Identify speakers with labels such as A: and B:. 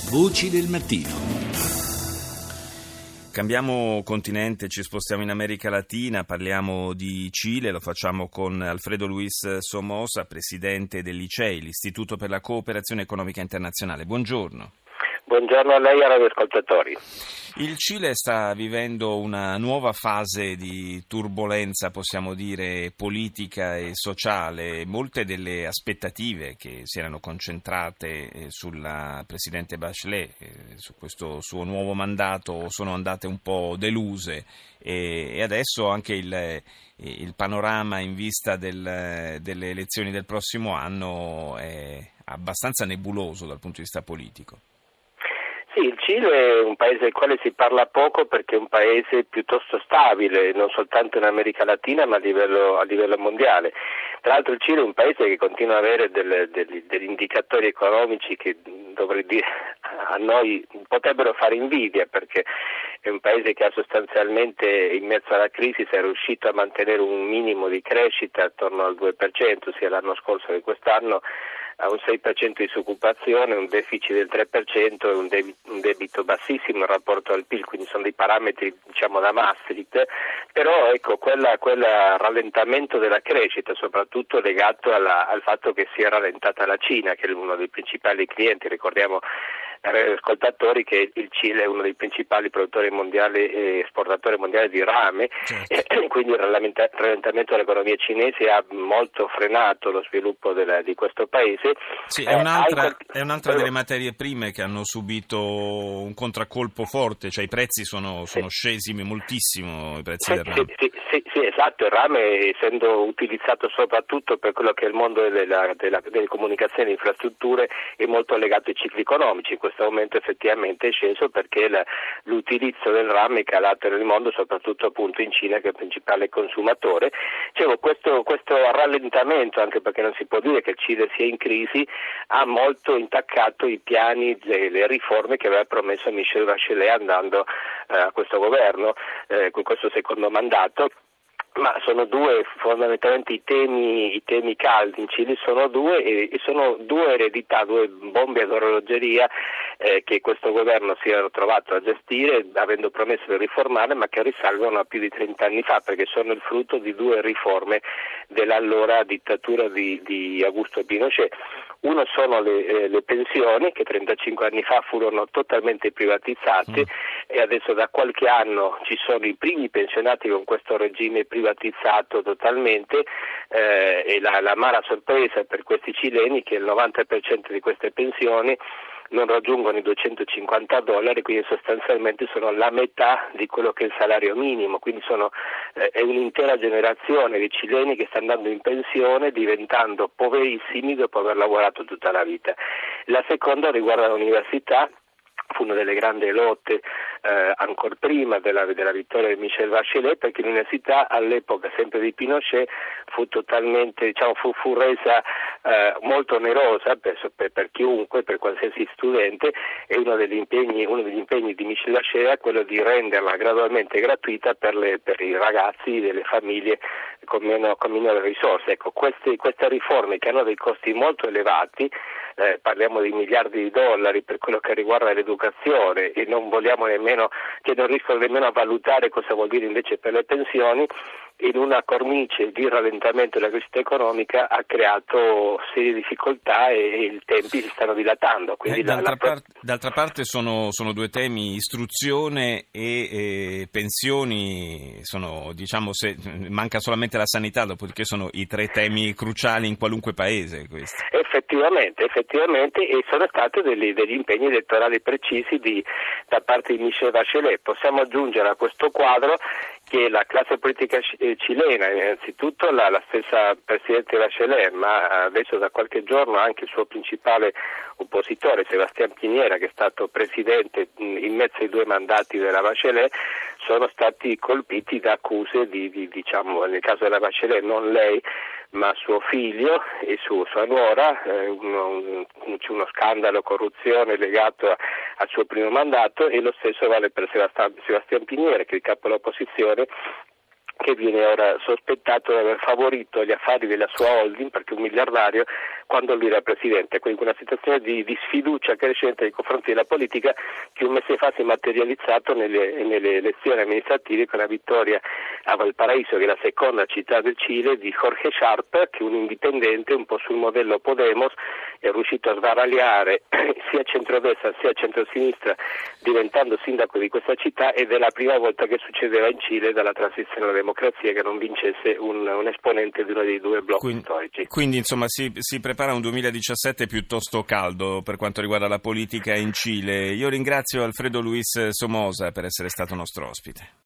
A: Voci del mattino.
B: Cambiamo continente, ci spostiamo in America Latina, parliamo di Cile, lo facciamo con Alfredo Luis Somoza, presidente dell'ICEI, l'Istituto per la Cooperazione Economica Internazionale. Buongiorno.
C: Buongiorno a lei e ai radioascoltatori.
B: Il Cile sta vivendo una nuova fase di turbolenza, possiamo dire, politica e sociale. Molte delle aspettative che si erano concentrate sulla Presidente Bachelet, su questo suo nuovo mandato, sono andate un po' deluse e adesso anche il panorama in vista delle elezioni del prossimo anno è abbastanza nebuloso dal punto di vista politico.
C: Sì, il Cile è un paese del quale si parla poco perché è un paese piuttosto stabile, non soltanto in America Latina ma a livello mondiale. Tra l'altro il Cile è un paese che continua ad avere degli indicatori economici che dovrei dire a noi potrebbero fare invidia, perché è un paese che ha sostanzialmente in mezzo alla crisi è riuscito a mantenere un minimo di crescita attorno al 2%, sia l'anno scorso che quest'anno, ha un 6% di disoccupazione, un deficit del 3% e un debito bassissimo in rapporto al PIL, quindi sono dei parametri diciamo da Maastricht, però ecco quel rallentamento della crescita, soprattutto legato al fatto che si è rallentata la Cina, che è uno dei principali clienti. Ricordiamo ai ascoltatori che il Cile è uno dei principali produttori mondiali e esportatori mondiali di rame, certo. E quindi il rallentamento dell'economia cinese ha molto frenato lo sviluppo di questo paese.
B: Sì, è un'altra delle materie prime che hanno subito un contraccolpo forte, cioè i prezzi sono scesi moltissimo, i prezzi del rame.
C: Sì, esatto, il rame essendo utilizzato soprattutto per quello che è il mondo delle comunicazioni e delle infrastrutture è molto legato ai cicli economici. In questo momento effettivamente è sceso perché l'utilizzo del rame è calato nel mondo, soprattutto appunto in Cina, che è il principale consumatore. Questo rallentamento, anche perché non si può dire che il Cile sia in crisi, ha molto intaccato i piani delle riforme che aveva promesso Michelle Bachelet andando a questo governo con questo secondo mandato. Ma sono due fondamentalmente i temi caldi in Cile, sono due e sono due eredità, due bombe ad orologeria che questo governo si era trovato a gestire avendo promesso di riformare, ma che risalgono a più di 30 anni fa, perché sono il frutto di due riforme dell'allora dittatura di Augusto Pinochet. Uno sono le pensioni, che 35 anni fa furono totalmente privatizzate e adesso da qualche anno ci sono i primi pensionati con questo regime privatizzato totalmente, e l'amara sorpresa per questi cileni che il 90% di queste pensioni non raggiungono i $250, quindi sostanzialmente sono la metà di quello che è il salario minimo, quindi è un'intera generazione di cileni che sta andando in pensione diventando poverissimi dopo aver lavorato tutta la vita. La seconda riguarda l'università. Fu una delle grandi lotte ancora prima della vittoria di Michelle Bachelet, perché l'università all'epoca sempre di Pinochet fu totalmente, fu resa molto onerosa per chiunque, per qualsiasi studente, e uno degli impegni di Michelle Bachelet è quello di renderla gradualmente gratuita per i ragazzi delle famiglie con minore risorse. Ecco, queste riforme che hanno dei costi molto elevati, parliamo di miliardi di dollari per quello che riguarda l'educazione, e non riescono nemmeno a valutare cosa vuol dire invece per le pensioni, in una cornice di rallentamento della crescita economica ha creato serie difficoltà e i tempi si stanno dilatando. Quindi
B: d'altra parte sono due temi, istruzione e pensioni, manca solamente la sanità, dopodiché sono i tre temi cruciali in qualunque paese questi.
C: Effettivamente, e sono stati degli impegni elettorali precisi da parte di Michelle Bachelet. Possiamo aggiungere a questo quadro che la classe politica cilena, innanzitutto la stessa Presidente Bachelet, ma adesso da qualche giorno anche il suo principale oppositore, Sebastián Piñera, che è stato presidente in mezzo ai due mandati della Bachelet, sono stati colpiti da accuse nel caso della Bachelet non lei, ma suo figlio e sua nuora, uno scandalo corruzione legato al suo primo mandato, e lo stesso vale per Sebastián Piñera, che è il capo dell'opposizione, che viene ora sospettato di aver favorito gli affari della sua holding, perché è un miliardario, quando lui era presidente, quindi una situazione di sfiducia crescente nei confronti della politica che un mese fa si è materializzato nelle elezioni amministrative con la vittoria a Valparaíso, che è la seconda città del Cile, di Jorge Sharp, che è un indipendente un po' sul modello Podemos, è riuscito a sbaragliare sia centrodestra sia centrosinistra diventando sindaco di questa città, ed è la prima volta che succedeva in Cile dalla transizione alla democrazia che non vincesse un esponente di uno dei due blocchi storici.
B: Quindi insomma si prepara un 2017 piuttosto caldo per quanto riguarda la politica in Cile. Io ringrazio Alfredo Luis Somoza per essere stato nostro ospite.